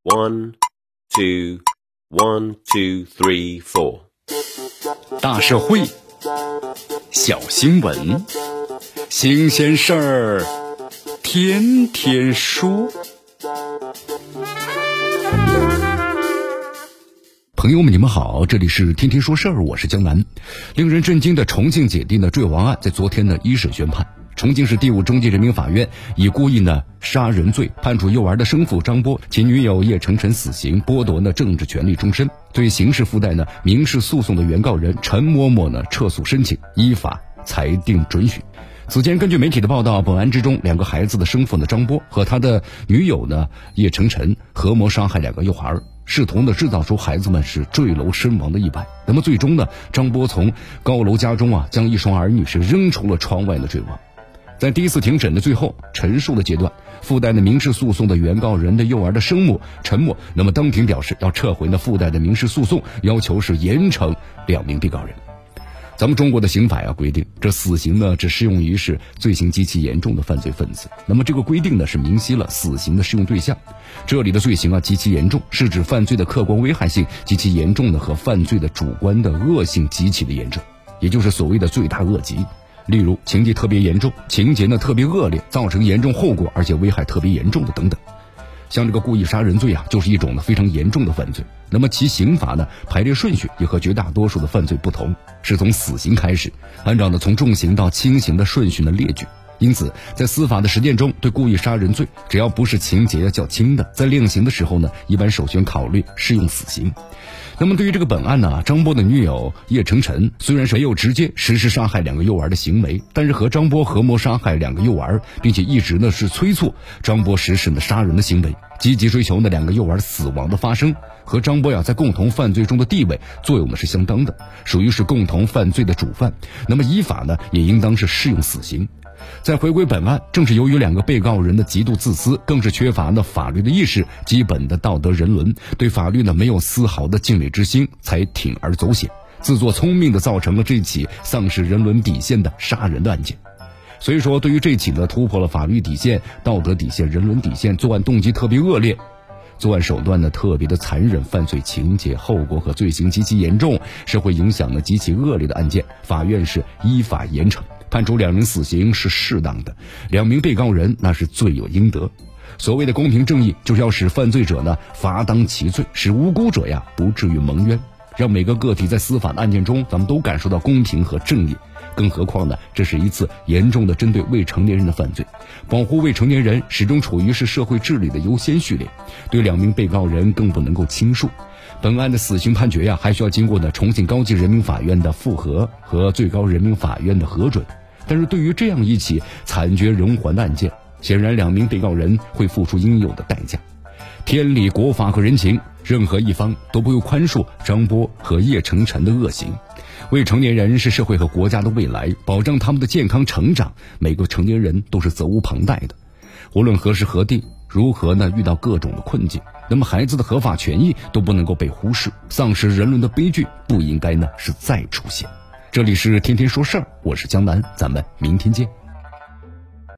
1, 2, 1, 2, 3, 4。 大社会，小新闻，新鲜事儿，天天说。朋友们，你们好，这里是天天说事儿，我是江南。令人震惊的重庆姐弟坠亡案在昨天一审宣判。重庆市第5中级人民法院以故意杀人罪判处幼儿的生父张波、其女友叶成晨死刑，剥夺政治权利终身。对刑事附带民事诉讼的原告人陈某某撤诉申请依法裁定准许。此前根据媒体的报道，本案之中2个孩子的生父张波和他的女友叶成晨合谋杀害2个幼孩，试图制造出孩子们是坠楼身亡的意外。那么最终张波从高楼家中将一双儿女是扔出了窗外坠亡。在第一次庭审的最后陈述的阶段，附带民事诉讼的原告人的幼儿的生母陈某当庭表示要撤回附带的民事诉讼，要求是严惩2名被告人。咱们中国的刑法规定，这死刑只适用于是罪行极其严重的犯罪分子。那么这个规定是明晰了死刑的适用对象。这里的罪行极其严重，是指犯罪的客观危害性极其严重的和犯罪的主观的恶性极其的严重，也就是所谓的罪大恶极。例如情节特别严重，情节特别恶劣，造成严重后果，而且危害特别严重的等等。像这个故意杀人罪就是一种非常严重的犯罪。那么其刑罚排列顺序也和绝大多数的犯罪不同，是从死刑开始，按照从重刑到轻刑的顺序列举。因此在司法的实践中，对故意杀人罪只要不是情节较轻的，在量刑的时候一般首先考虑适用死刑。那么对于这个本案张波的女友叶成晨虽然是没有直接实施杀害2个幼儿的行为，但是和张波合谋杀害2个幼儿，并且一直是催促张波实施杀人的行为，积极追求2个幼儿死亡的发生，和张波在共同犯罪中的地位作用是相当的，属于是共同犯罪的主犯。那么依法也应当是适用死刑。再回归本案，正是由于2个被告人的极度自私，更是缺乏法律的意识，基本的道德人伦，对法律没有丝毫的敬畏之心，才铤而走险，自作聪明的造成了这起丧失人伦底线的杀人的案件。所以说，对于这起突破了法律底线、道德底线、人伦底线，作案动机特别恶劣，作案手段特别的残忍，犯罪情节、后果和罪行极其严重，社会影响极其恶劣的案件，法院是依法严惩，判处2人死刑是适当的，2名被告人那是罪有应得。所谓的公平正义，就是要使犯罪者罚当其罪，使无辜者不至于蒙冤，让每个个体在司法的案件中咱们都感受到公平和正义。更何况这是一次严重的针对未成年人的犯罪，保护未成年人始终处于是社会治理的优先序列，对2名被告人更不能够轻恕。本案的死刑判决还需要经过重庆高级人民法院的复核和最高人民法院的核准。但是对于这样一起惨绝人寰的案件，显然2名被告人会付出应有的代价。天理、国法和人情，任何一方都不会宽恕张波和叶成晨的恶行。未成年人是社会和国家的未来，保障他们的健康成长，每个成年人都是责无旁贷的。无论何时何地，如何遇到各种的困境，那么孩子的合法权益都不能够被忽视，丧失人伦的悲剧不应该是再出现。这里是天天说事儿，我是江南，咱们明天见。